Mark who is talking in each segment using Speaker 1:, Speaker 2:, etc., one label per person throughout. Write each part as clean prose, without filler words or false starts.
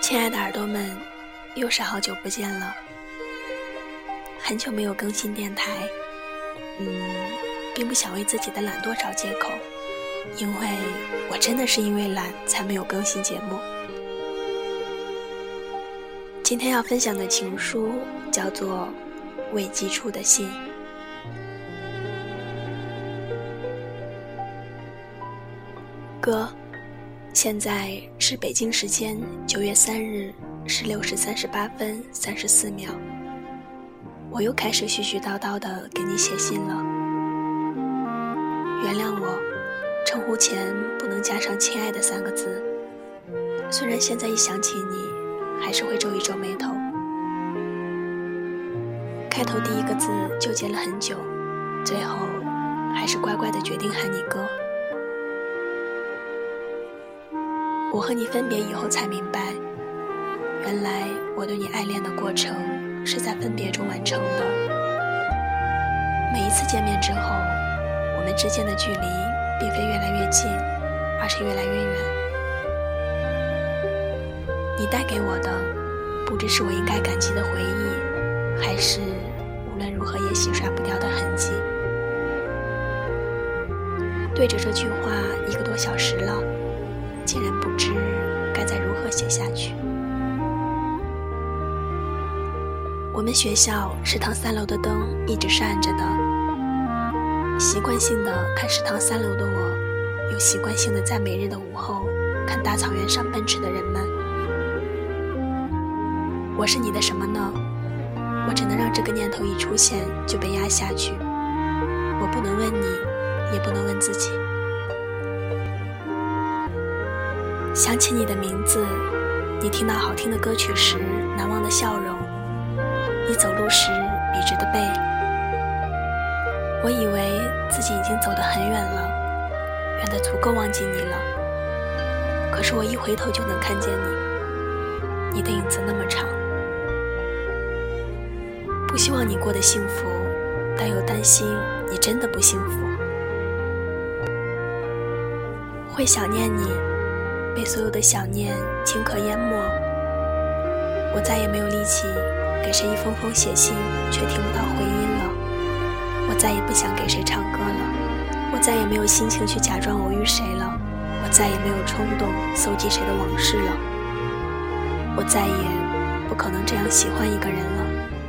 Speaker 1: 亲爱的耳朵们，又是好久不见了，很久没有更新电台，并不想为自己的懒惰找借口，因为我真的是因为懒才没有更新节目。今天要分享的情书叫做《未寄出的信》。哥，现在是北京时间9月3日16时38分34秒，我又开始絮絮叨叨地给你写信了。原谅我，称呼前不能加上亲爱的3个字，虽然现在一想起你，还是会皱一皱眉头。开头第一个字纠结了很久，最后还是乖乖地决定喊你哥。我和你分别以后才明白，原来我对你爱恋的过程是在分别中完成的。每一次见面之后，我们之间的距离并非越来越近，而是越来越远。你带给我的，不知是我应该感激的回忆，还是无论如何也洗刷不掉的痕迹。对着这句话1个多小时了，竟然不知该再如何写下去。我们学校食堂3楼的灯一直是暗着的，习惯性的看食堂3楼的我，又习惯性的在每日的午后看大草原上奔驰的人们。我是你的什么呢？我只能让这个念头一出现就被压下去，我不能问你，也不能问自己。想起你的名字，你听到好听的歌曲时难忘的笑容，你走路时笔直的背。我以为自己已经走得很远了，远得足够忘记你了。可是我一回头就能看见你，你的影子那么长。不希望你过得幸福，但又担心你真的不幸福。会想念你，被所有的想念顷刻淹没。我再也没有力气给谁一封封写信，却听不到回音了。我再也不想给谁唱歌了，我再也没有心情去假装偶遇谁了，我再也没有冲动搜集谁的往事了，我再也不可能这样喜欢一个人了。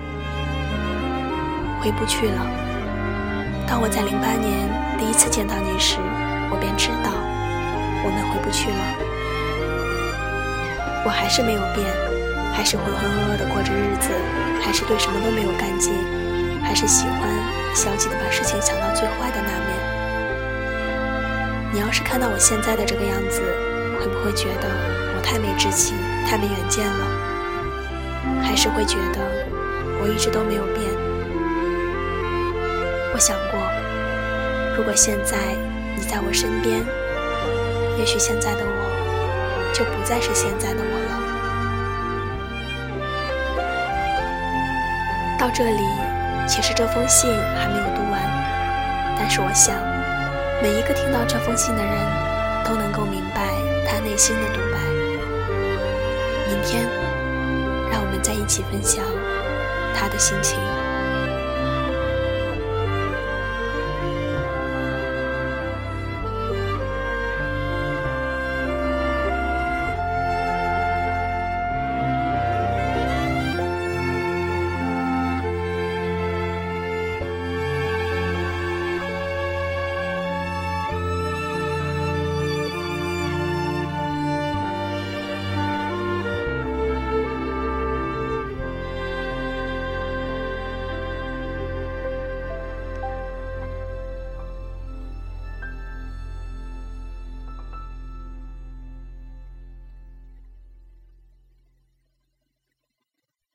Speaker 1: 回不去了。当我在08年第一次见到你时，我便知道我们回不去了。我还是没有变，还是浑浑噩噩地过着日子，还是对什么都没有干劲，还是喜欢消极地把事情想到最坏的那面。你要是看到我现在的这个样子，会不会觉得我太没志气，太没远见了？还是会觉得我一直都没有变？我想过，如果现在你在我身边，也许现在的我就不再是现在的我了。到这里，其实这封信还没有读完，但是我想，每一个听到这封信的人都能够明白他内心的独白。明天，让我们再一起分享他的心情。